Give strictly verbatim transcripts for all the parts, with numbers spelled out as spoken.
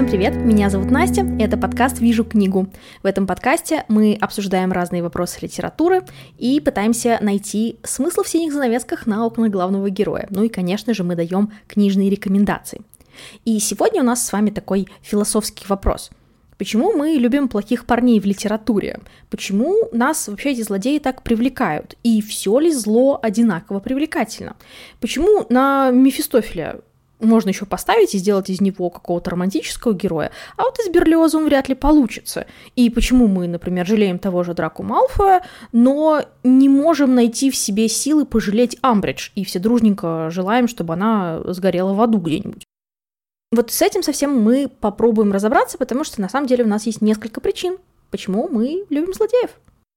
Всем привет, меня зовут Настя, и это подкаст «Вижу книгу». В этом подкасте мы обсуждаем разные вопросы литературы и пытаемся найти смысл в синих занавесках на окнах главного героя. Ну и, конечно же, мы даем книжные рекомендации. И сегодня у нас с вами такой философский вопрос. Почему мы любим плохих парней в литературе? Почему нас вообще эти злодеи так привлекают? И все ли зло одинаково привлекательно? Почему на Мефистофеля можно еще поставить и сделать из него какого-то романтического героя, а вот из Берлиоза он вряд ли получится? И почему мы, например, жалеем того же Драко Малфоя, но не можем найти в себе силы пожалеть Амбридж, и все дружненько желаем, чтобы она сгорела в аду где-нибудь? Вот с этим совсем мы попробуем разобраться, потому что на самом деле у нас есть несколько причин, почему мы любим злодеев.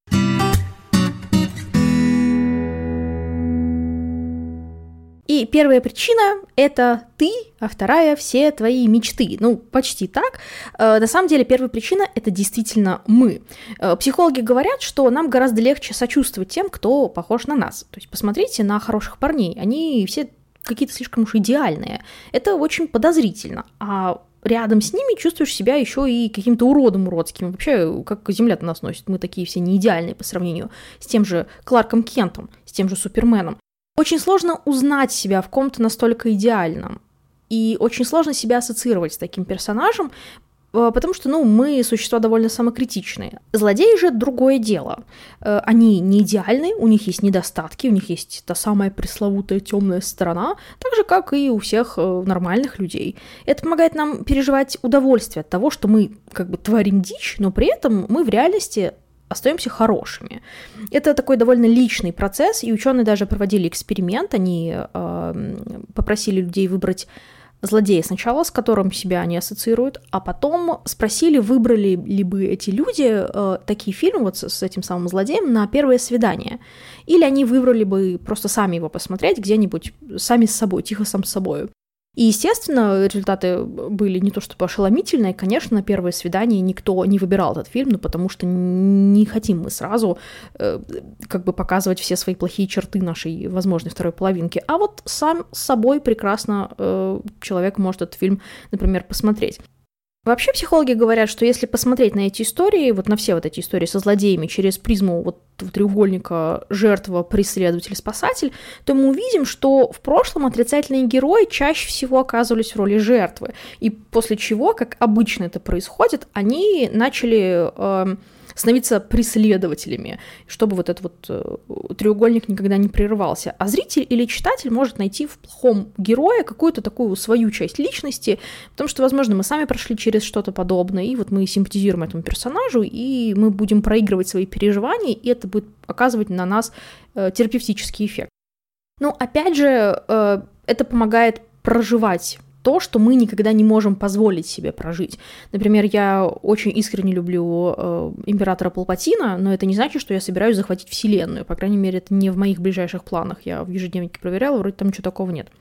И первая причина — это ты, а вторая — все твои мечты. Ну, почти так. На самом деле, первая причина — это действительно мы. Психологи говорят, что нам гораздо легче сочувствовать тем, кто похож на нас. То есть посмотрите на хороших парней, они все какие-то слишком уж идеальные. Это очень подозрительно. А рядом с ними чувствуешь себя еще и каким-то уродом уродским. Вообще, как земля-то нас носит. Мы такие все не идеальные по сравнению с тем же Кларком Кентом, с тем же Суперменом. Очень сложно узнать себя в ком-то настолько идеальном. И очень сложно себя ассоциировать с таким персонажем, потому что, ну, мы существа довольно самокритичные. Злодеи же другое дело. Они не идеальны, у них есть недостатки, у них есть та самая пресловутая темная сторона, так же, как и у всех нормальных людей. Это помогает нам переживать удовольствие от того, что мы как бы творим дичь, но при этом мы в реальности остаемся хорошими. Это такой довольно личный процесс, и ученые даже проводили эксперимент, они э, попросили людей выбрать злодея сначала, с которым себя они ассоциируют, а потом спросили, выбрали ли бы эти люди э, такие фильмы вот с, с этим самым злодеем на первое свидание, или они выбрали бы просто сами его посмотреть где-нибудь сами с собой, тихо сам с собой. И, естественно, результаты были не то чтобы ошеломительные. Конечно, на первое свидание никто не выбирал этот фильм, ну, потому что не хотим мы сразу э, как бы показывать все свои плохие черты нашей возможной второй половинки. А вот сам с собой прекрасно э, человек может этот фильм, например, посмотреть. Вообще психологи говорят, что если посмотреть на эти истории, вот на все вот эти истории со злодеями через призму вот треугольника жертва, преследователь, спасатель, то мы увидим, что в прошлом отрицательные герои чаще всего оказывались в роли жертвы. И после чего, как обычно это происходит, они начали э, становиться преследователями, чтобы вот этот вот э, треугольник никогда не прерывался. А зритель или читатель может найти в плохом герое какую-то такую свою часть личности, потому что, возможно, мы сами прошли через что-то подобное, и вот мы симпатизируем этому персонажу, и мы будем проигрывать свои переживания, и это будет оказывать на нас э, терапевтический эффект. Но, опять же, э, это помогает проживать то, что мы никогда не можем позволить себе прожить. Например, я очень искренне люблю э, императора Палпатина, но это не значит, что я собираюсь захватить вселенную. По крайней мере, это не в моих ближайших планах. Я в ежедневнике проверяла, вроде там ничего такого нет.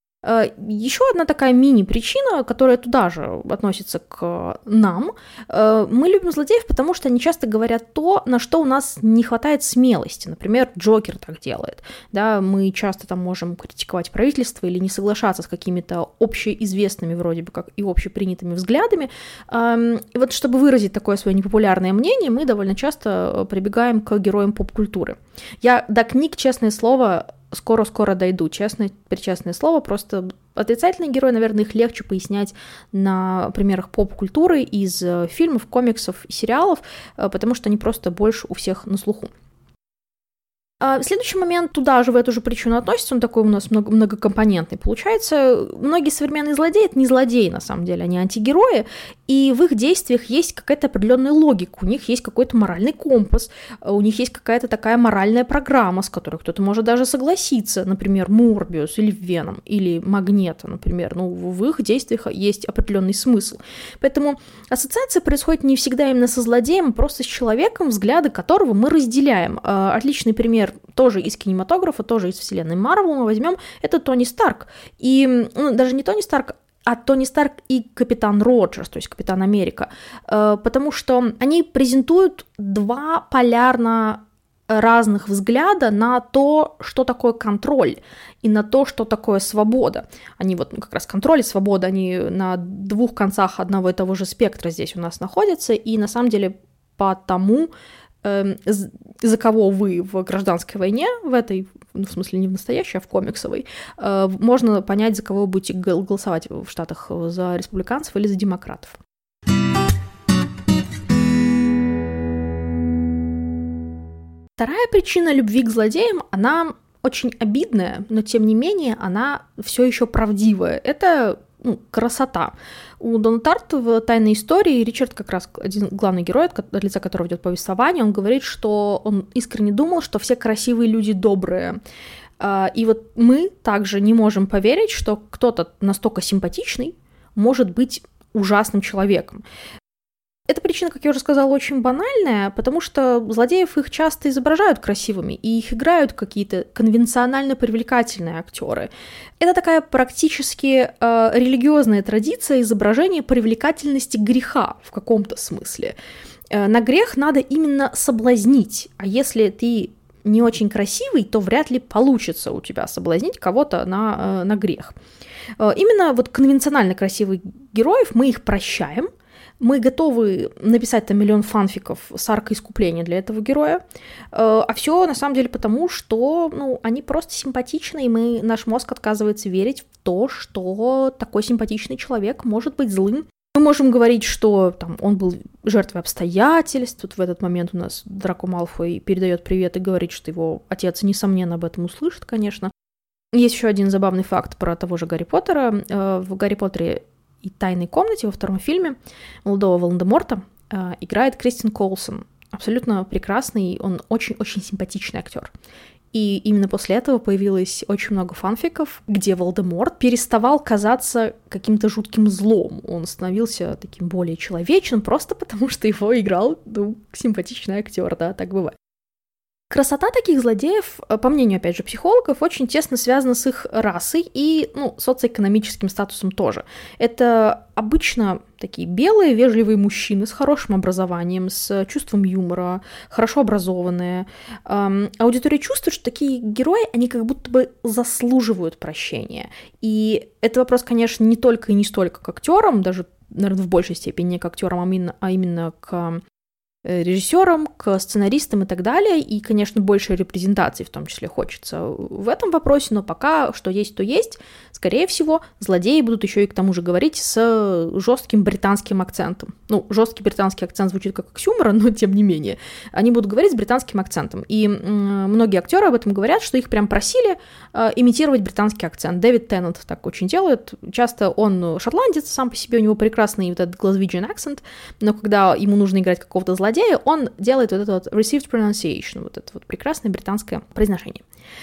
Еще одна такая мини-причина, которая туда же относится к нам. Мы любим злодеев, потому что они часто говорят то, на что у нас не хватает смелости. Например, Джокер так делает. Да, мы часто там можем критиковать правительство или не соглашаться с какими-то общеизвестными вроде бы как и общепринятыми взглядами. И вот чтобы выразить такое свое непопулярное мнение, мы довольно часто прибегаем к героям поп-культуры. Я до книг, честное слово, скоро-скоро дойду, честное, причестное слово, просто отрицательные герои, наверное, их легче пояснять на примерах поп-культуры из фильмов, комиксов и сериалов, потому что они просто больше у всех на слуху. А следующий момент туда же, в эту же причину относится, он такой у нас много, многокомпонентный. Получается, многие современные злодеи — это не злодеи, на самом деле, они антигерои, и в их действиях есть какая-то определенная логика, у них есть какой-то моральный компас, у них есть какая-то такая моральная программа, с которой кто-то может даже согласиться, например, Морбиус или Веном, или Магнето, например, ну, в их действиях есть определенный смысл. Поэтому ассоциация происходит не всегда именно со злодеем, а просто с человеком, взгляды которого мы разделяем. Отличный пример тоже из кинематографа, тоже из вселенной Марвел мы возьмем, это Тони Старк. И ну, даже не Тони Старк, а Тони Старк и Капитан Роджерс, то есть Капитан Америка, потому что они презентуют два полярно разных взгляда на то, что такое контроль, и на то, что такое свобода. Они вот, ну, как раз контроль и свобода, они на двух концах одного и того же спектра здесь у нас находятся, и на самом деле по тому, э, за кого вы в гражданской войне, в этой, ну, в смысле не в настоящей, а в комиксовой, э, можно понять, за кого вы будете голосовать в Штатах, за республиканцев или за демократов. Вторая причина любви к злодеям, она очень обидная, но тем не менее она все еще правдивая. Это, ну, красота. У Дона Тарт в «Тайной истории» Ричард, как раз один главный герой, от лица которого идет повествование, он говорит, что он искренне думал, что все красивые люди добрые. И вот мы также не можем поверить, что кто-то настолько симпатичный может быть ужасным человеком. Эта причина, как я уже сказала, очень банальная, потому что злодеев их часто изображают красивыми, и их играют какие-то конвенционально привлекательные актеры. Это такая практически э, религиозная традиция изображения привлекательности греха в каком-то смысле. Э, на грех надо именно соблазнить, а если ты не очень красивый, то вряд ли получится у тебя соблазнить кого-то на, э, на грех. Э, именно вот конвенционально красивых героев мы их прощаем. Мы готовы написать там миллион фанфиков с аркой искупления для этого героя, а все на самом деле потому, что, ну, они просто симпатичны, и мы, наш мозг отказывается верить в то, что такой симпатичный человек может быть злым. Мы можем говорить, что там, он был жертвой обстоятельств. Тут в этот момент у нас Драко Малфой передает привет и говорит, что его отец, несомненно, об этом услышит, конечно. Есть еще один забавный факт про того же Гарри Поттера. В Гарри Поттере и «Тайной комнате» во втором фильме молодого Волан-де-Морта э, играет Кристин Коулсон. Абсолютно прекрасный, он очень-очень симпатичный актер. И именно после этого появилось очень много фанфиков, где Волдеморт переставал казаться каким-то жутким злом. Он становился таким более человечным, просто потому что его играл, ну, симпатичный актер, да, так бывает. Красота таких злодеев, по мнению, опять же, психологов, очень тесно связана с их расой и, ну, социоэкономическим статусом тоже. Это обычно такие белые, вежливые мужчины с хорошим образованием, с чувством юмора, хорошо образованные. Эм, аудитория чувствует, что такие герои, они как будто бы заслуживают прощения. И это вопрос, конечно, не только и не столько к актерам, даже, наверное, в большей степени не к актерам, а именно, а именно к режиссерам, к сценаристам и так далее, и, конечно, больше репрезентации в том числе хочется в этом вопросе, но пока что есть, то есть. Скорее всего, злодеи будут еще и к тому же говорить с жестким британским акцентом. Ну, жесткий британский акцент звучит как оксюморон, но тем не менее. Они будут говорить с британским акцентом. И м- многие актеры об этом говорят, что их прям просили э, имитировать британский акцент. Дэвид Теннант так очень делает. Часто он шотландец, сам по себе у него прекрасный вот этот Glaswegian акцент, но когда ему нужно играть какого-то злодея, он делает вот это вот received pronunciation, вот это вот прекрасное британское произношение.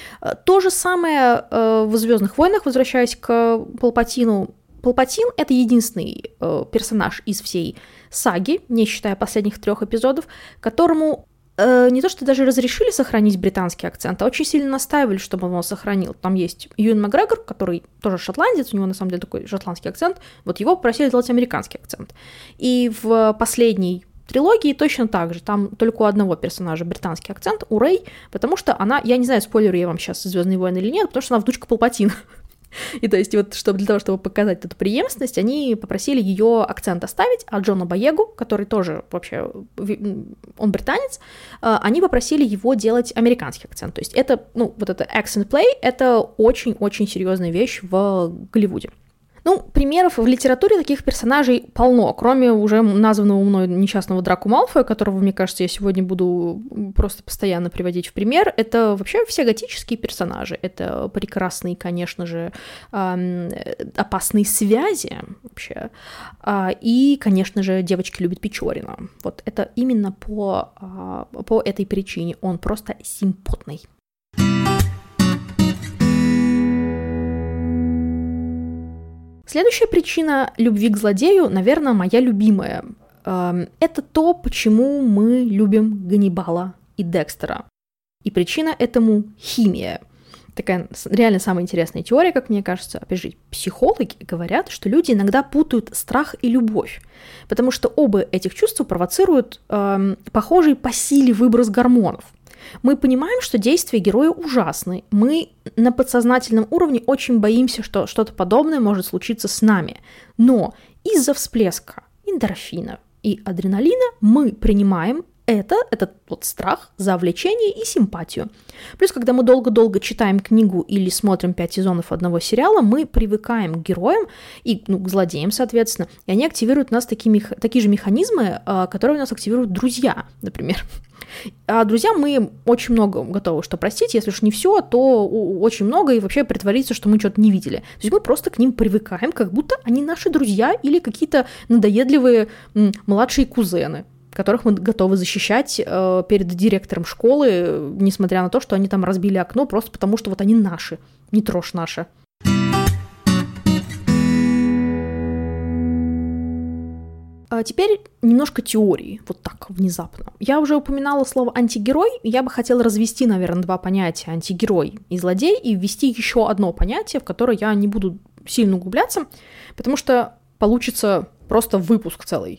То же самое э, в «Звездных войнах», возвращаясь к Палпатину. Палпатин — это единственный э, персонаж из всей саги, не считая последних трех эпизодов, которому э, не то что даже разрешили сохранить британский акцент, а очень сильно настаивали, чтобы он его сохранил. Там есть Юэн Макгрегор, который тоже шотландец, у него на самом деле такой шотландский акцент, вот его попросили сделать американский акцент. И в последней трилогии точно так же. Там только у одного персонажа британский акцент, у Рэй, потому что она, я не знаю, спойлерю я вам сейчас «Звездные войны» или нет, потому что она внучка Палпатина. И то есть вот чтобы, для того, чтобы показать эту преемственность, они попросили ее акцент оставить, а Джона Боегу, который тоже вообще, он британец, они попросили его делать американский акцент. То есть это, ну, вот это accent play, это очень-очень серьезная вещь в Голливуде. Ну, примеров в литературе таких персонажей полно, кроме уже названного мной несчастного Драко Малфоя, которого, мне кажется, я сегодня буду просто постоянно приводить в пример. Это вообще все готические персонажи. Это прекрасные, конечно же, опасные связи вообще. И, конечно же, девочки любят Печорина. Вот это именно по, по этой причине. Он просто симпотный. Следующая причина любви к злодею, наверное, моя любимая. Это то, почему мы любим Ганнибала и Декстера. И причина этому — химия. Такая реально самая интересная теория, как мне кажется. Опять же, психологи говорят, что люди иногда путают страх и любовь, потому что оба этих чувства провоцируют э, похожий по силе выброс гормонов. Мы понимаем, что действия героя ужасны. Мы на подсознательном уровне очень боимся, что что-то подобное может случиться с нами. Но из-за всплеска эндорфина и адреналина мы принимаем это, этот вот страх за влечение и симпатию. Плюс, когда мы долго-долго читаем книгу или смотрим пять сезонов одного сериала, мы привыкаем к героям и ну, к злодеям, соответственно, и они активируют у нас такие, такие же механизмы, которые у нас активируют друзья, например. А друзьям мы очень много готовы что простить, если уж не все, то очень много, и вообще притвориться, что мы что-то не видели. То есть мы просто к ним привыкаем, как будто они наши друзья или какие-то надоедливые м, младшие кузены, которых мы готовы защищать э, перед директором школы, несмотря на то, что они там разбили окно, просто потому что вот они наши, не трожь наши. А теперь немножко теории, вот так, внезапно. Я уже упоминала слово «антигерой», я бы хотела развести, наверное, два понятия «антигерой» и «злодей» и ввести еще одно понятие, в которое я не буду сильно углубляться, потому что получится просто выпуск целый.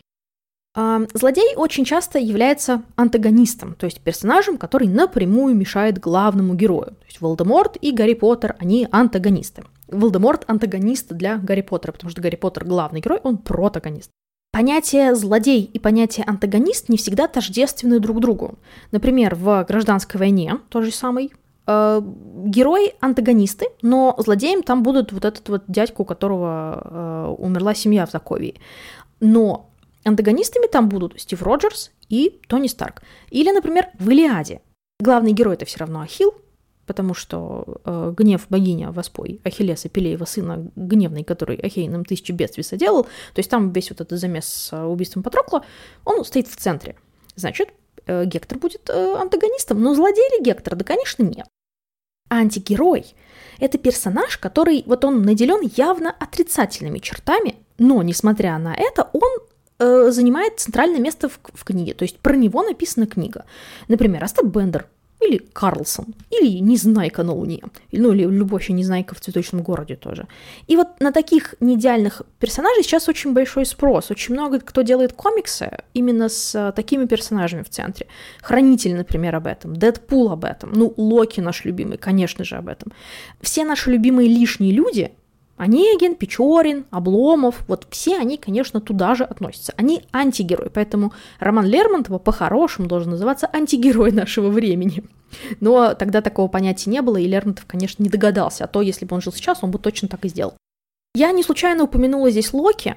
Злодей очень часто является антагонистом, то есть персонажем, который напрямую мешает главному герою. То есть Волдеморт и Гарри Поттер, они антагонисты. Волдеморт антагонист для Гарри Поттера, потому что Гарри Поттер главный герой, он протагонист. Понятие «злодей» и понятие «антагонист» не всегда тождественны друг другу. Например, в «Гражданской войне» тот же самый э, герои антагонисты, но злодеем там будут вот этот вот дядька, у которого э, умерла семья в Соковии. Но антагонистами там будут Стив Роджерс и Тони Старк. Или, например, в «Илиаде». Главный герой — это все равно Ахилл, потому что э, гнев богини Воспой, Ахиллеса, Пелеева сына, гневный, который Ахейным тысячи бедствий соделал, то есть там весь вот этот замес с убийством Патрокла, он стоит в центре. Значит, э, Гектор будет э, антагонистом, но злодей ли Гектор? Да, конечно, нет. Антигерой — это персонаж, который, вот он наделен явно отрицательными чертами, но, несмотря на это, он э, занимает центральное место в, в книге, то есть про него написана книга. Например, Остап Бендер, или Карлсон, или Незнайка на Луне, ну или любовь и Незнайка в Цветочном городе тоже. И вот на таких неидеальных персонажей сейчас очень большой спрос. Очень много кто делает комиксы именно с такими персонажами в центре. Хранитель, например, об этом, Дэдпул об этом, ну, Локи наш любимый, конечно же, об этом. Все наши любимые лишние люди, Онегин, Печорин, Обломов, вот все они, конечно, туда же относятся. Они антигерои, поэтому роман Лермонтова по-хорошему должен называться «Антигерой нашего времени». Но тогда такого понятия не было, и Лермонтов, конечно, не догадался, а то, если бы он жил сейчас, он бы точно так и сделал. Я не случайно упомянула здесь Локи,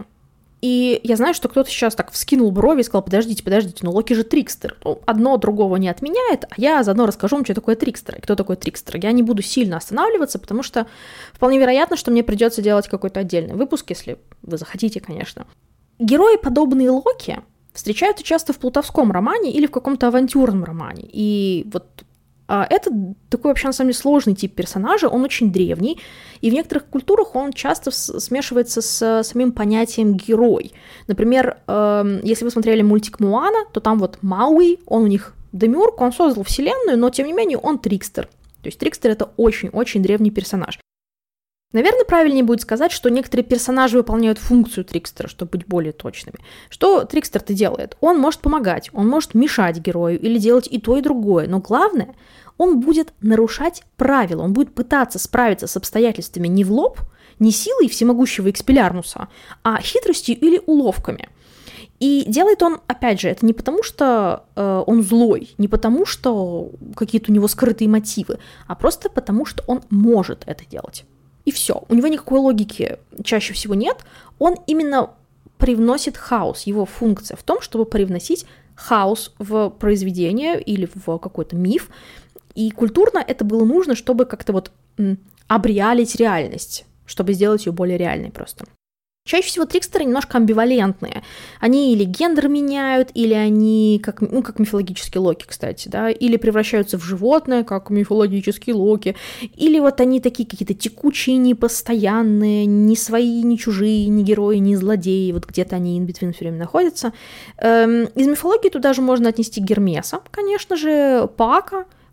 и я знаю, что кто-то сейчас так вскинул брови и сказал: подождите, подождите, но Локи же трикстер. Ну, одно другого не отменяет, а я заодно расскажу вам, что такое трикстер и кто такой трикстер. Я не буду сильно останавливаться, потому что вполне вероятно, что мне придется делать какой-то отдельный выпуск, если вы захотите, конечно. Герои, подобные Локи, встречаются часто в плутовском романе или в каком-то авантюрном романе. И вот а, это такой вообще, на самом деле, сложный тип персонажа, он очень древний, и в некоторых культурах он часто смешивается с самим понятием «герой». Например, э, если вы смотрели мультик «Моана», то там вот Мауи, он у них демиург, он создал вселенную, но, тем не менее, он трикстер. То есть трикстер — это очень-очень древний персонаж. Наверное, правильнее будет сказать, что некоторые персонажи выполняют функцию трикстера, чтобы быть более точными. Что трикстер-то делает? Он может помогать, он может мешать герою или делать и то, и другое, но главное, он будет нарушать правила, он будет пытаться справиться с обстоятельствами не в лоб, не силой всемогущего Экспеллиармуса, а хитростью или уловками. И делает он, опять же, это не потому, что э, он злой, не потому, что какие-то у него скрытые мотивы, а просто потому, что он может это делать. И все. У него никакой логики чаще всего нет. Он именно привносит хаос. Его функция в том, чтобы привносить хаос в произведение или в какой-то миф. И культурно это было нужно, чтобы как-то вот м, обреалить реальность, чтобы сделать ее более реальной просто. Чаще всего трикстеры немножко амбивалентные. Они или гендер меняют, или они, как, ну, как мифологический Локи, кстати, да, или превращаются в животное, как мифологический Локи, или вот они такие какие-то текучие, непостоянные, ни свои, ни чужие, ни герои, ни злодеи, вот где-то они in-between все время находятся. Эм, из мифологии туда же можно отнести Гермеса, конечно же, Паака,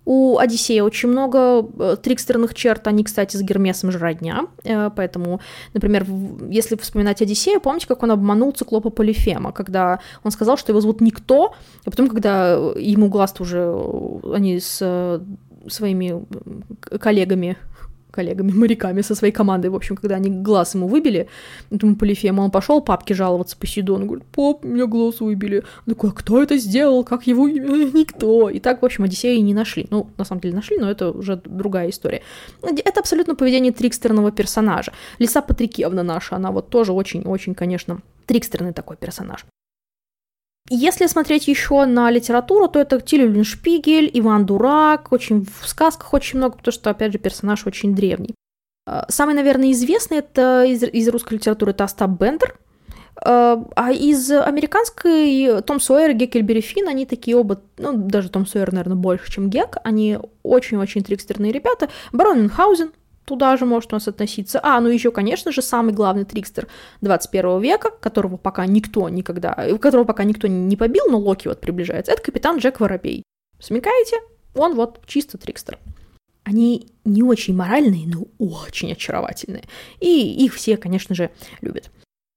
У Одиссея очень много э, трикстерных черт, они, кстати, с Гермесом же родня, э, поэтому, например, в, если вспоминать Одиссея, помните, как он обманул циклопа Полифема, когда он сказал, что его зовут Никто, а потом, когда ему глаз уже, они с э, своими коллегами, коллегами-моряками, со своей командой, в общем, когда они глаз ему выбили, этому Полифему, он пошел папке жаловаться Посейдону, говорит: пап, у меня глаз выбили. Он такой: а кто это сделал? Как его имя? Никто. И так, в общем, Одиссея не нашли. Ну, на самом деле нашли, но это уже другая история. Это абсолютно поведение трикстерного персонажа. Лиса Патрикевна наша, она вот тоже очень-очень, конечно, трикстерный такой персонаж. Если смотреть еще на литературу, то это Тиль Eulenspiegel, Иван Дурак, очень в сказках очень много, потому что, опять же, персонаж очень древний. Самый, наверное, известный это из, из русской литературы это Остап Бендер, а из американской Том Сойер и Геккельбери Финн, они такие оба, ну, даже Том Сойер, наверное, больше, чем Гек, они очень-очень трикстерные ребята. Барон Мюнхгаузен туда же может у нас относиться. А, ну еще, конечно же, самый главный трикстер двадцать первого века, которого пока никто никогда, которого пока никто не побил, но Локи вот приближается, это капитан Джек Воробей. Смекаете? Он вот чисто трикстер. Они не очень моральные, но очень очаровательные. И их все, конечно же, любят.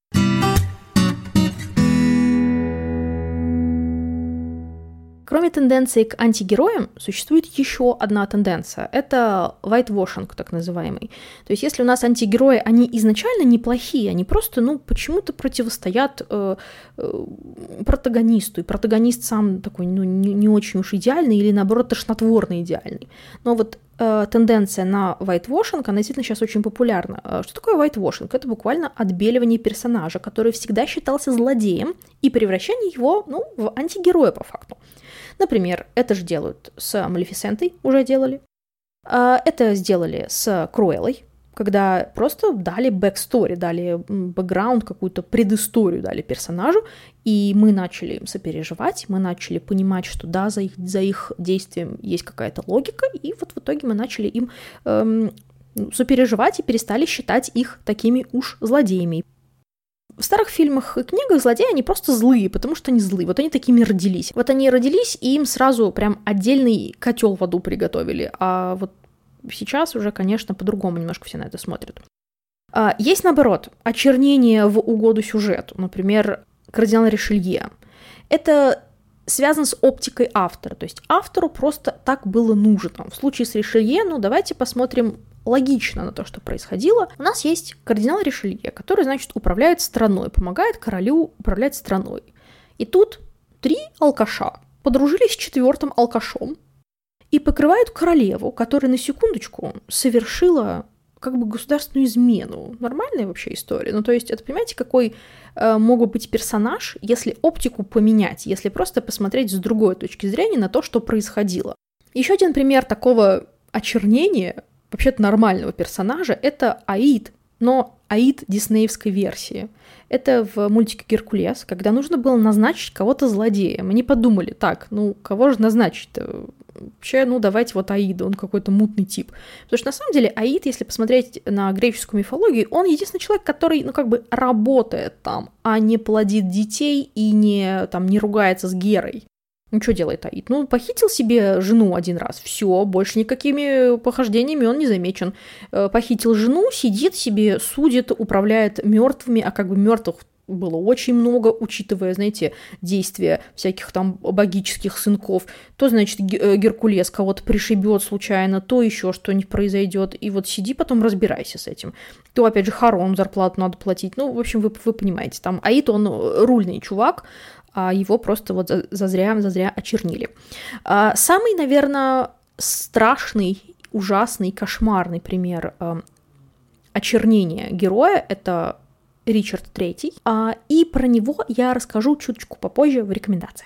Кроме тенденции к антигероям, существует еще одна тенденция. Это whitewashing, так называемый. То есть если у нас антигерои, они изначально неплохие, они просто, ну, почему-то противостоят э, э, протагонисту, и протагонист сам такой, ну, не, не очень уж идеальный или, наоборот, тошнотворно идеальный. Но вот э, тенденция на whitewashing, она действительно сейчас очень популярна. Что такое whitewashing? Это буквально отбеливание персонажа, который всегда считался злодеем, и превращение его, ну, в антигероя по факту. Например, это же делают с Малефисентой, уже делали. Это сделали с Круэллой, когда просто дали бэкстори, дали бэкграунд, какую-то предысторию дали персонажу, и мы начали им сопереживать, мы начали понимать, что да, за их, за их действием есть какая-то логика, и вот в итоге мы начали им эм, сопереживать и перестали считать их такими уж злодеями. В старых фильмах и книгах злодеи, они просто злые, потому что они злые. Вот они такими родились. Вот они родились, и им сразу прям отдельный котел в аду приготовили. А вот сейчас уже, конечно, по-другому немножко все на это смотрят. Есть, наоборот, очернение в угоду сюжету. Например, кардинал Ришелье. Это связано с оптикой автора. То есть автору просто так было нужно. В случае с Ришелье, ну, давайте посмотрим логично на то, что происходило. У нас есть кардинал Ришелье, который, значит, управляет страной, помогает королю управлять страной. И тут три алкаша подружились с четвертым алкашом и покрывают королеву, которая, на секундочку, совершила как бы государственную измену. Нормальная вообще история. Ну, то есть, это, понимаете, какой э, мог бы быть персонаж, если оптику поменять, если просто посмотреть с другой точки зрения на то, что происходило. Еще один пример такого очернения вообще-то нормального персонажа — это Аид, но Аид диснеевской версии. Это в мультике «Геркулес», когда нужно было назначить кого-то злодеем. Они подумали: так, ну, кого же назначить-то? Вообще, ну, давайте вот Аида, он какой-то мутный тип. Потому что, на самом деле, Аид, если посмотреть на греческую мифологию, он единственный человек, который, ну, как бы работает там, а не плодит детей и не, там, не ругается с Герой. Ну, что делает Аид? Ну, похитил себе жену один раз, все, больше никакими похождениями он не замечен. Похитил жену, сидит себе, судит, управляет мертвыми, а как бы мертвых было очень много, учитывая, знаете, действия всяких там богических сынков. То, значит, Геркулес кого-то пришибет случайно, то еще что-нибудь произойдет. И вот сиди, потом разбирайся с этим. То, опять же, Харон зарплату надо платить. Ну, в общем, вы, вы понимаете, там Аид, он рульный чувак, а его просто вот зазря, зазря очернили. А самый, наверное, страшный, ужасный, кошмарный пример а, очернения героя — это Ричард третий, а, и про него я расскажу чуточку попозже в рекомендациях.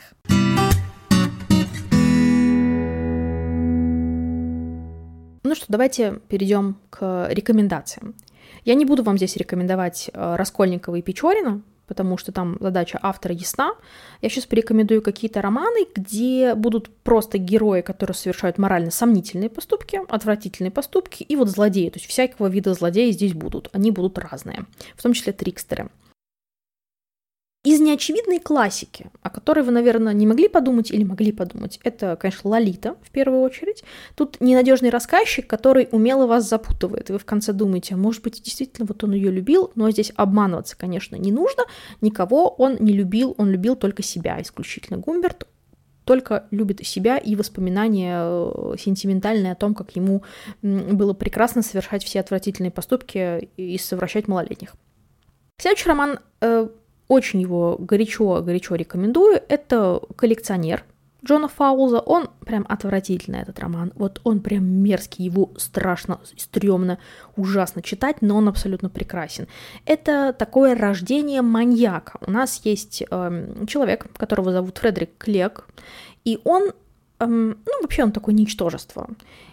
Ну что, давайте перейдем к рекомендациям. Я не буду вам здесь рекомендовать Раскольникова и Печорина, потому что там задача автора ясна. Я сейчас порекомендую какие-то романы, где будут просто герои, которые совершают морально сомнительные поступки, отвратительные поступки, и вот злодеи. То есть всякого вида злодеи здесь будут. Они будут разные, в том числе трикстеры. Из неочевидной классики, о которой вы, наверное, не могли подумать или могли подумать, это, конечно, Лолита в первую очередь. Тут ненадежный рассказчик, который умело вас запутывает, и вы в конце думаете, а может быть, действительно, вот он ее любил, но здесь обманываться, конечно, не нужно, никого он не любил, он любил только себя, исключительно Гумберт, только любит себя и воспоминания сентиментальные о том, как ему было прекрасно совершать все отвратительные поступки и совращать малолетних. Следующий роман... Очень его горячо-горячо рекомендую. Это «Коллекционер» Джона Фаулза. Он прям отвратительный, этот роман. Вот он прям мерзкий, его страшно, стрёмно, ужасно читать, но он абсолютно прекрасен. Это такое рождение маньяка. У нас есть э, человек, которого зовут Фредерик Клек, и он, э, ну, вообще он такое ничтожество.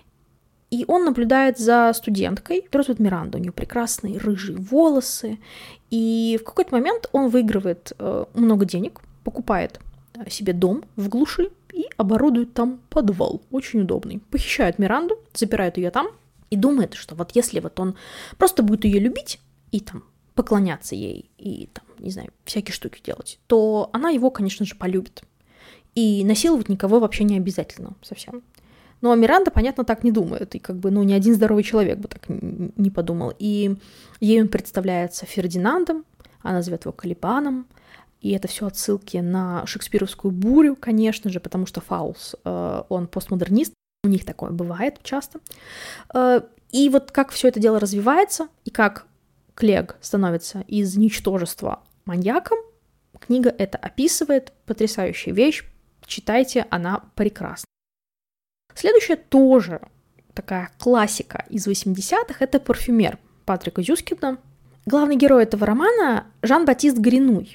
И он наблюдает за студенткой, которая зовут Миранда, у нее прекрасные рыжие волосы, и в какой-то момент он выигрывает э, много денег, покупает себе дом в глуши и оборудует там подвал, очень удобный. Похищает Миранду, запирает ее там и думает, что вот если вот он просто будет ее любить и там поклоняться ей и там, не знаю, всякие штуки делать, то она его, конечно же, полюбит. И насиловать никого вообще не обязательно совсем. Но Миранда, понятно, так не думает, и как бы, ну, ни один здоровый человек бы так не подумал. И ей он представляется Фердинандом, она зовет его Калипаном, и это все отсылки на шекспировскую бурю, конечно же, потому что Фаулс, э, он постмодернист, у них такое бывает часто. Э, и вот как все это дело развивается, и как Клег становится из ничтожества маньяком, книга это описывает, потрясающая вещь, читайте, она прекрасна. Следующая тоже такая классика из восьмидесятых – это «Парфюмер» Патрика Зюскинда. Главный герой этого романа – Жан-Батист Гринуй.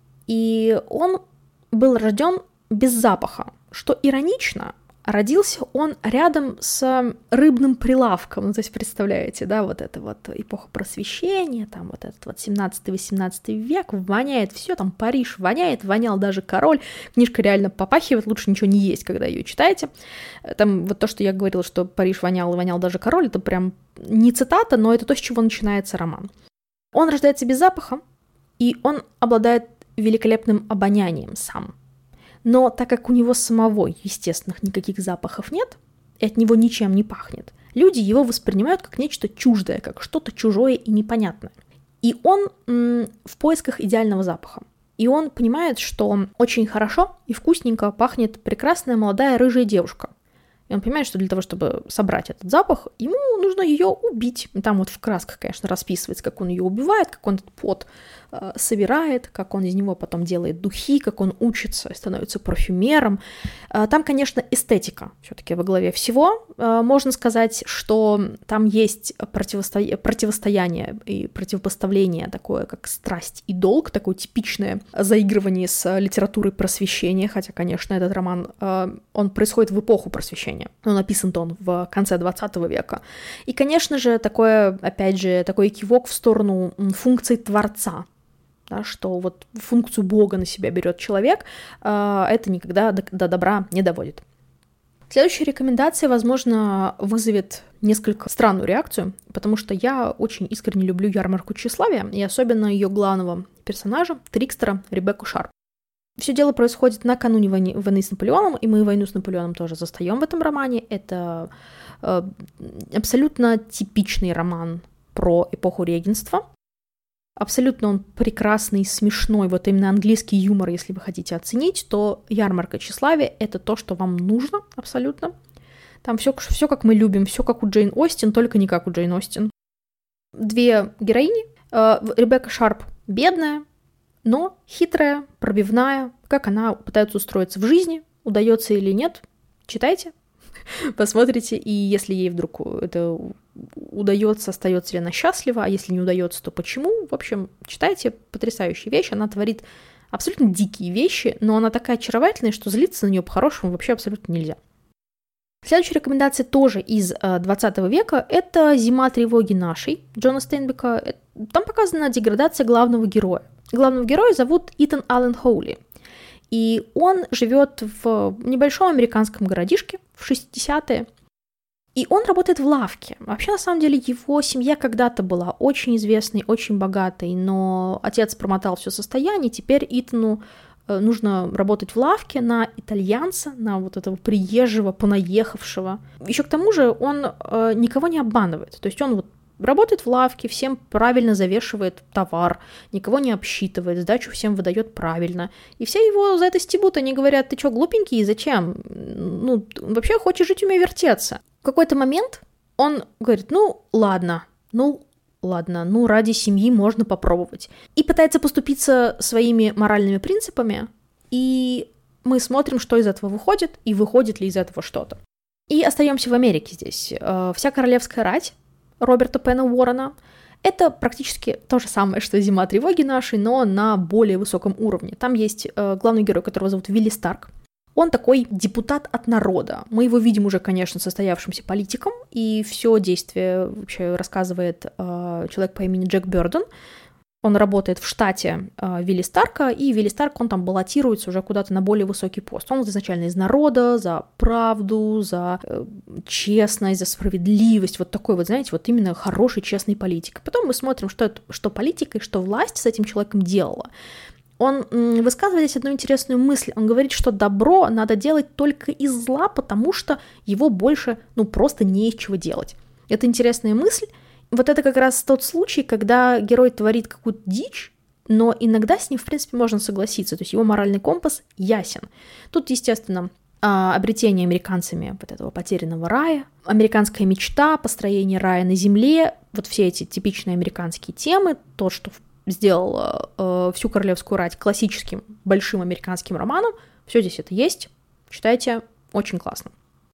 И он был рожден без запаха, что иронично. Родился он рядом с рыбным прилавком. Ну, то есть, представляете, да, вот это вот эпоха просвещения, там вот этот вот семнадцатый-восемнадцатый век, воняет все, там Париж воняет, вонял даже король. Книжка реально попахивает, лучше ничего не есть, когда ее читаете. Там вот то, что я говорила, что Париж вонял и вонял даже король, это прям не цитата, но это то, с чего начинается роман. Он рождается без запаха, и он обладает великолепным обонянием сам. Но так как у него самого естественных никаких запахов нет, и от него ничем не пахнет, люди его воспринимают как нечто чуждое, как что-то чужое и непонятное. И он м- в поисках идеального запаха. И он понимает, что очень хорошо и вкусненько пахнет прекрасная молодая рыжая девушка. И он понимает, что для того, чтобы собрать этот запах, ему нужно ее убить. И там вот в красках, конечно, расписывается, как он ее убивает, как он этот пот э, собирает, как он из него потом делает духи, как он учится и становится парфюмером. Э, там, конечно, эстетика все-таки во главе всего. Э, можно сказать, что там есть противосто... противостояние и противопоставление такое, как страсть и долг, такое типичное заигрывание с литературой просвещения, хотя, конечно, этот роман, э, он происходит в эпоху просвещения. Но написан-то он в конце двадцатого века. И, конечно же, такое, опять же, такой кивок в сторону функции Творца, да, что вот функцию Бога на себя берет человек, э, это никогда до, до добра не доводит. Следующая рекомендация, возможно, вызовет несколько странную реакцию, потому что я очень искренне люблю «Ярмарку тщеславия», и особенно ее главного персонажа, трикстера Ребекку Шарп. Все дело происходит накануне войны, войны с Наполеоном, и мы войну с Наполеоном тоже застаем в этом романе. Это э, абсолютно типичный роман про эпоху регенства. Абсолютно он прекрасный, смешной, вот именно английский юмор, если вы хотите оценить, то «Ярмарка тщеславия» — это то, что вам нужно абсолютно. Там все, все как мы любим, все как у Джейн Остин, только не как у Джейн Остин. Две героини. Э, Ребекка Шарп бедная, но хитрая, пробивная, как она пытается устроиться в жизни, удается или нет, читайте, посмотрите, и если ей вдруг это удается, остается ли она счастлива, а если не удается, то почему? В общем, читайте, потрясающая вещь, она творит абсолютно дикие вещи, но она такая очаровательная, что злиться на нее по-хорошему вообще абсолютно нельзя. Следующая рекомендация тоже из двадцатого века – это «Зима тревоги нашей» Джона Стейнбека. Там показана деградация главного героя. Главного героя зовут Итан Аллен Хоули, и он живет в небольшом американском городишке в шестидесятые. И он работает в лавке. Вообще, на самом деле, его семья когда-то была очень известной, очень богатой, но отец промотал все состояние, теперь Итану нужно работать в лавке на итальянца, на вот этого приезжего, понаехавшего. Еще к тому же он э, никого не обманывает. То есть он вот работает в лавке, всем правильно завешивает товар, никого не обсчитывает, сдачу всем выдает правильно. И все его за это стебут, они говорят: ты что, глупенький, зачем? Ну, вообще хочешь жить, умей вертеться. В какой-то момент он говорит: ну, ладно, ну, ладно, ну, ради семьи можно попробовать. И пытается поступиться своими моральными принципами, и мы смотрим, что из этого выходит, и выходит ли из этого что-то. И остаемся в Америке здесь. Вся королевская рать Роберта Пена Уоррена — это практически то же самое, что «Зима тревоги» нашей, но на более высоком уровне. Там есть главный герой, которого зовут Вилли Старк. Он такой депутат от народа. Мы его видим уже, конечно, состоявшимся политиком, и все действие вообще рассказывает э, человек по имени Джек Бёрден. Он работает в штате э, Вилли Старка, и Вилли Старк, он там баллотируется уже куда-то на более высокий пост. Он изначально из народа, за правду, за э, честность, за справедливость, вот такой вот, знаете, вот именно хороший, честный политик. Потом мы смотрим, что, это, что политика и что власть с этим человеком делала. Он высказывает здесь одну интересную мысль. Он говорит, что добро надо делать только из зла, потому что его больше, ну, просто не из чего делать. Это интересная мысль. Вот это как раз тот случай, когда герой творит какую-то дичь, но иногда с ним, в принципе, можно согласиться. То есть его моральный компас ясен. Тут, естественно, обретение американцами вот этого потерянного рая, американская мечта, построение рая на земле, вот все эти типичные американские темы, то, что в сделал э, всю королевскую рать классическим большим американским романом. Все здесь это есть. Читайте, очень классно.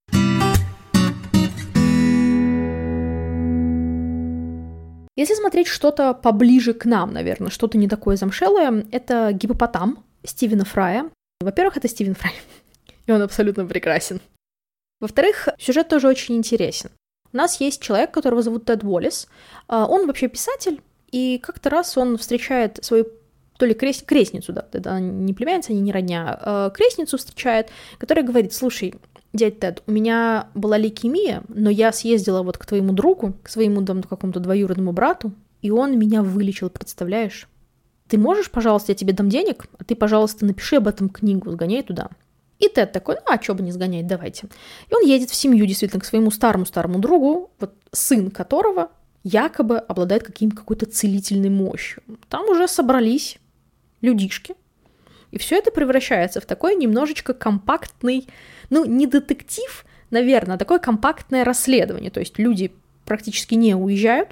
Если смотреть что-то поближе к нам, наверное, что-то не такое замшелое, это «Гиппопотам» Стивена Фрая. Во-первых, это Стивен Фрай, и он абсолютно прекрасен. Во-вторых, сюжет тоже очень интересен. У нас есть человек, которого зовут Тед Уоллес. Он вообще писатель, и как-то раз он встречает свою то ли крес... крестницу, да, это не племянница, не родня, а крестницу встречает, которая говорит: слушай, дядь Тед, у меня была лейкемия, но я съездила вот к твоему другу, к своему там, какому-то двоюродному брату, и он меня вылечил, представляешь? Ты можешь, пожалуйста, я тебе дам денег, а ты, пожалуйста, напиши об этом книгу, сгоняй туда. И Тед такой: ну, а чё бы не сгонять, давайте. И он едет в семью, действительно, к своему старому-старому другу, вот сын которого якобы обладает каким- какой-то целительной мощью. Там уже собрались людишки, и все это превращается в такой немножечко компактный, ну, не детектив, наверное, а такое компактное расследование. То есть люди практически не уезжают,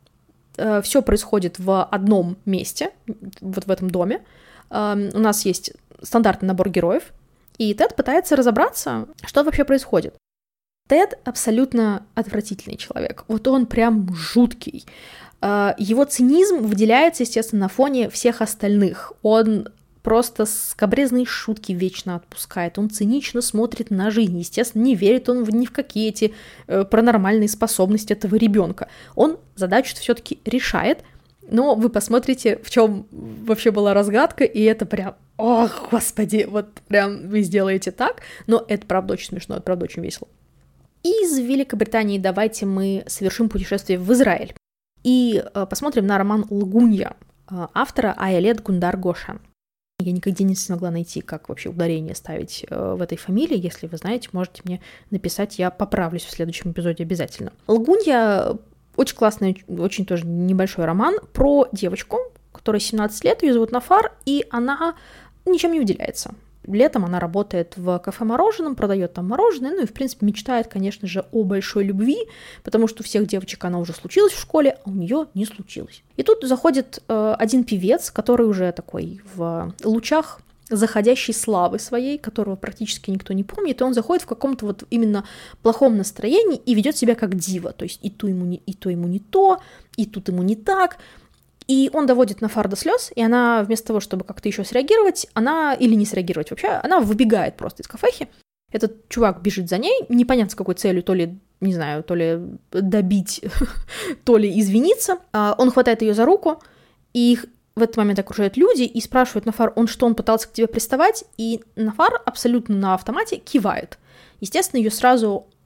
э, все происходит в одном месте, вот в этом доме. Э, у нас есть стандартный набор героев, и Тед пытается разобраться, что вообще происходит. Тед абсолютно отвратительный человек. Вот он прям жуткий. Его цинизм выделяется, естественно, на фоне всех остальных. Он просто скабрезные шутки вечно отпускает. Он цинично смотрит на жизнь. Естественно, не верит он ни в какие эти паранормальные способности этого ребенка. Он задачу все-таки решает, но вы посмотрите, в чем вообще была разгадка, и это прям, ох, господи, вот прям вы сделаете так. Но это правда очень смешно, это правда очень весело. Из Великобритании давайте мы совершим путешествие в Израиль и э, посмотрим на роман «Лгунья» э, автора Аялет Гундар Гошан. Я никогда не смогла найти, как вообще ударение ставить э, в этой фамилии. Если вы знаете, можете мне написать, я поправлюсь в следующем эпизоде обязательно. «Лгунья» — очень классный, очень тоже небольшой роман про девочку, которой семнадцать лет, ее зовут Нафар, и она ничем не выделяется. Летом она работает в кафе-мороженом, продает там мороженое, ну и, в принципе, мечтает, конечно же, о большой любви, потому что у всех девочек она уже случилась в школе, а у нее не случилось. И тут заходит э, один певец, который уже такой в лучах заходящей славы своей, которого практически никто не помнит, и он заходит в каком-то вот именно плохом настроении и ведет себя как дива, то есть и то ему не, и то, ему не то, и тут ему не так. И он доводит Нафар до слез, и она вместо того, чтобы как-то еще среагировать, она, или не среагировать вообще, она выбегает просто из кафехи. Этот чувак бежит за ней, непонятно с какой целью, то ли, не знаю, то ли добить, то ли извиниться. Он хватает ее за руку, и их в этот момент окружают люди и спрашивают Нафар, он что, он пытался к тебе приставать? И Нафар абсолютно на автомате кивает. Естественно, ее сразу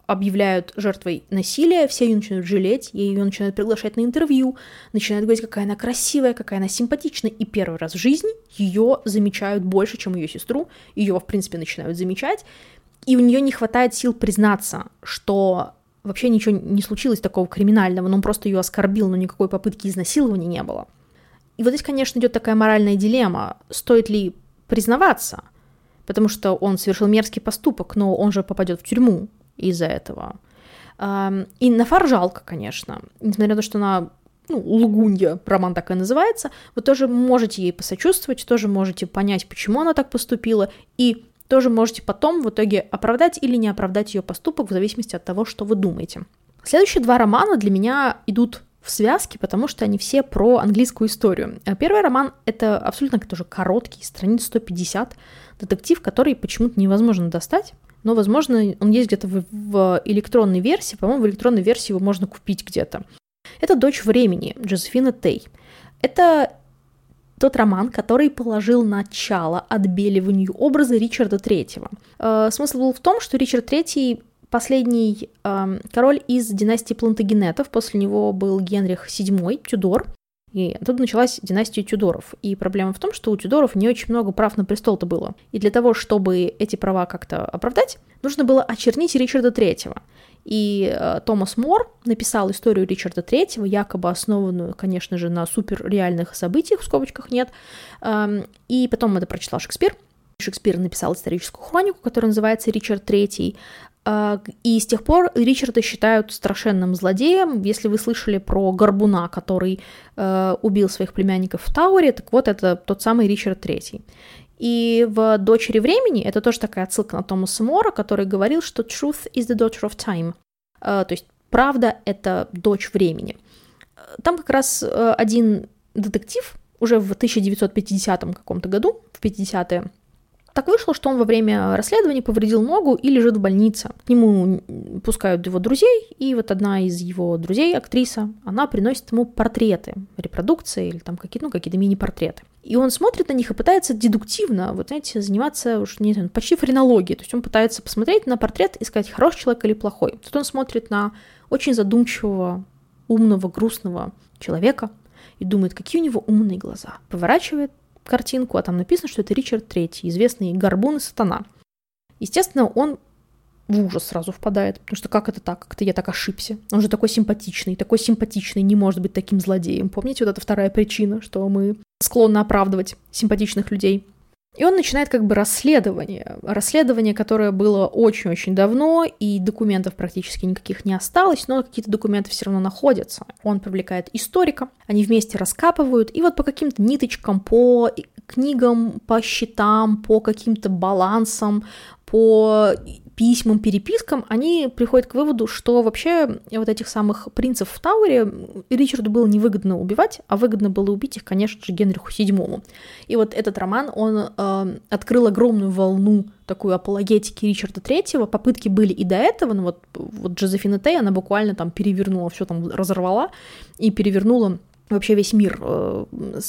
объявляют жертвой насилия, все ее начинают жалеть, ее начинают приглашать на интервью, начинают говорить, какая она красивая, какая она симпатичная, и первый раз в жизни ее замечают больше, чем ее сестру, ее, в принципе, начинают замечать, и у нее не хватает сил признаться, что вообще ничего не случилось такого криминального, но он просто ее оскорбил, но никакой попытки изнасилования не было. И вот здесь, конечно, идет такая моральная дилемма, стоит ли признаваться, потому что он совершил мерзкий поступок, но он же попадет в тюрьму из-за этого. И Нафар жалко, конечно, несмотря на то, что она, ну, лгунья, роман так и называется, вы тоже можете ей посочувствовать, тоже можете понять, почему она так поступила, и тоже можете потом в итоге оправдать или не оправдать ее поступок в зависимости от того, что вы думаете. Следующие два романа для меня идут в связке, потому что они все про английскую историю. Первый роман — это абсолютно тоже короткий, страниц сто пятьдесят, детектив, который почему-то невозможно достать, но, возможно, он есть где-то в, в электронной версии, по-моему, в электронной версии его можно купить где-то. Это «Дочь времени» Джозефина Тей. Это тот роман, который положил начало отбеливанию образа Ричарда третьего. Э, смысл был в том, что Ричард третий последний э, король из династии Плантагенетов, после него был Генрих седьмой, Тюдор, и оттуда началась династия Тюдоров. И проблема в том, что у Тюдоров не очень много прав на престол-то было. И для того, чтобы эти права как-то оправдать, нужно было очернить Ричарда третьего. И э, Томас Мор написал историю Ричарда третьего, якобы основанную, конечно же, на суперреальных событиях, в скобочках нет. Э, и потом это прочитал Шекспир. Шекспир написал историческую хронику, которая называется «Ричард третий». И с тех пор Ричарда считают страшенным злодеем. Если вы слышали про горбуна, который э, убил своих племянников в Тауэре, так вот это тот самый Ричард третий. И в «Дочери времени» это тоже такая отсылка на Томаса Мора, который говорил, что «truth is the daughter of time», э, то есть «правда — это дочь времени». Там как раз э, один детектив уже в тысяча девятьсот пятидесятом каком-то году, в пятидесятые, так вышло, что он во время расследования повредил ногу и лежит в больнице. К нему пускают его друзей, и вот одна из его друзей, актриса, она приносит ему портреты, репродукции или там какие-то, ну, какие-то мини-портреты. И он смотрит на них и пытается дедуктивно, вот знаете, заниматься уж не знаю, почти френологией. То есть он пытается посмотреть на портрет и сказать, хороший человек или плохой. Тут он смотрит на очень задумчивого, умного, грустного человека и думает, какие у него умные глаза. Поворачивает картинку, а там написано, что это Ричард третий, известный горбун и сатана. Естественно, он в ужас сразу впадает, потому что как это так, как-то я так ошибся. Он же такой симпатичный, такой симпатичный, не может быть таким злодеем. Помните, вот это вторая причина, что мы склонны оправдывать симпатичных людей. И он начинает как бы расследование. Расследование, которое было очень-очень давно, и документов практически никаких не осталось, но какие-то документы все равно находятся. Он привлекает историка, они вместе раскапывают, и вот по каким-то ниточкам, по книгам, по счетам, по каким-то балансам, по письмам, перепискам, они приходят к выводу, что вообще вот этих самых принцев в Тауэре Ричарду было невыгодно убивать, а выгодно было убить их, конечно же, Генриху седьмому. И вот этот роман, он э, открыл огромную волну такой апологетики Ричарда третьего. Попытки были и до этого, но вот, вот Джозефина Тей, она буквально там перевернула, все там разорвала и перевернула вообще весь мир э,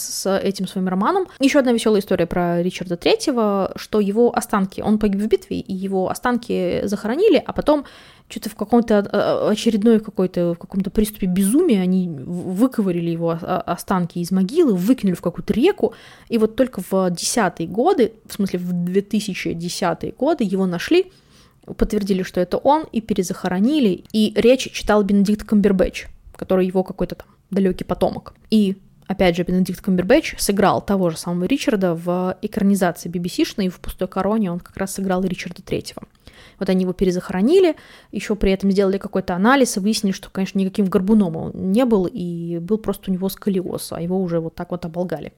с этим своим романом. Еще одна веселая история про Ричарда третьего, что его останки, он погиб в битве, и его останки захоронили, а потом что-то в каком-то очередной какой-то, в каком-то приступе безумия они выковырили его останки из могилы, выкинули в какую-то реку, и вот только в десятые годы, в смысле в две тысячи десятые годы его нашли, подтвердили, что это он, и перезахоронили, и речь читал Бенедикт Камбербэтч, который его какой-то там далекий потомок. И, опять же, Бенедикт Камбербэтч сыграл того же самого Ричарда в экранизации би би си-шной, в «Пустой короне» он как раз сыграл Ричарда третьего. Вот они его перезахоронили, еще при этом сделали какой-то анализ и выяснили, что, конечно, никаким горбуном он не был, и был просто у него сколиоз, а его уже вот так вот оболгали.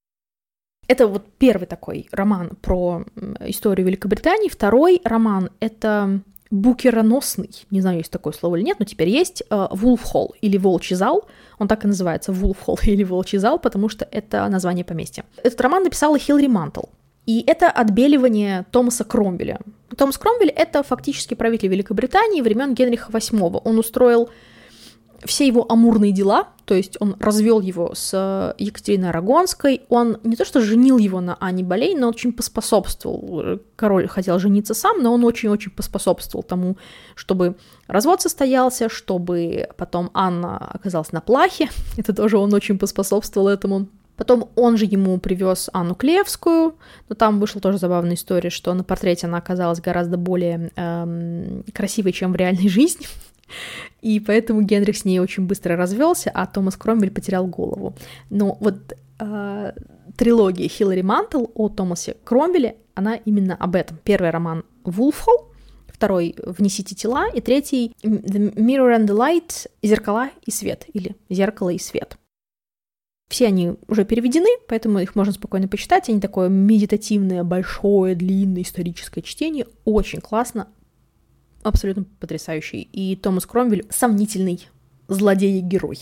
Это вот первый такой роман про историю Великобритании. Второй роман — это букероносный, не знаю, есть такое слово или нет, но теперь есть, Вулфхолл или Волчий зал. Он так и называется, Вулфхолл или Волчий зал, потому что это название поместья. Этот роман написала Хилари Мантел. И это отбеливание Томаса Кромвеля. Томас Кромвель — это фактически правитель Великобритании времен Генриха восьмого. Он устроил все его амурные дела, то есть он развел его с Екатериной Арагонской, он не то что женил его на Анне Болейн, но очень поспособствовал. Король хотел жениться сам, но он очень-очень поспособствовал тому, чтобы развод состоялся, чтобы потом Анна оказалась на плахе, это тоже он очень поспособствовал этому. Потом он же ему привез Анну Клевскую, но там вышла тоже забавная история, что на портрете она оказалась гораздо более эм, красивой, чем в реальной жизни. И поэтому Генрих с ней очень быстро развелся, а Томас Кромвель потерял голову. Но вот э, трилогия Хилари Мантел о Томасе Кромвеле, она именно об этом. Первый роман «Вулфхолл», второй «Внесите тела», и третий «The Mirror and the Light» «Зеркала и свет» или «Зеркало и свет». Все они уже переведены, поэтому их можно спокойно почитать. Они такое медитативное, большое, длинное историческое чтение. Очень классно, абсолютно потрясающий. И Томас Кромвель — сомнительный злодей и герой.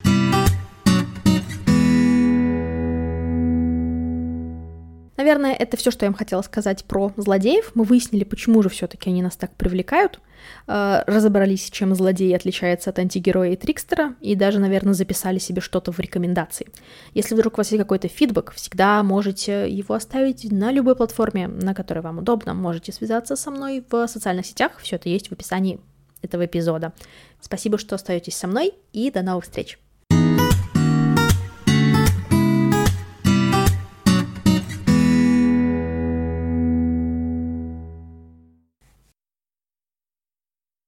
Наверное, это все, что я вам хотела сказать про злодеев. Мы выяснили, почему же все-таки они нас так привлекают, разобрались, чем злодей отличается от антигероя и трикстера, и даже, наверное, записали себе что-то в рекомендации. Если вдруг у вас есть какой-то фидбэк, всегда можете его оставить на любой платформе, на которой вам удобно. Можете связаться со мной в социальных сетях, все это есть в описании этого эпизода. Спасибо, что остаетесь со мной, и до новых встреч!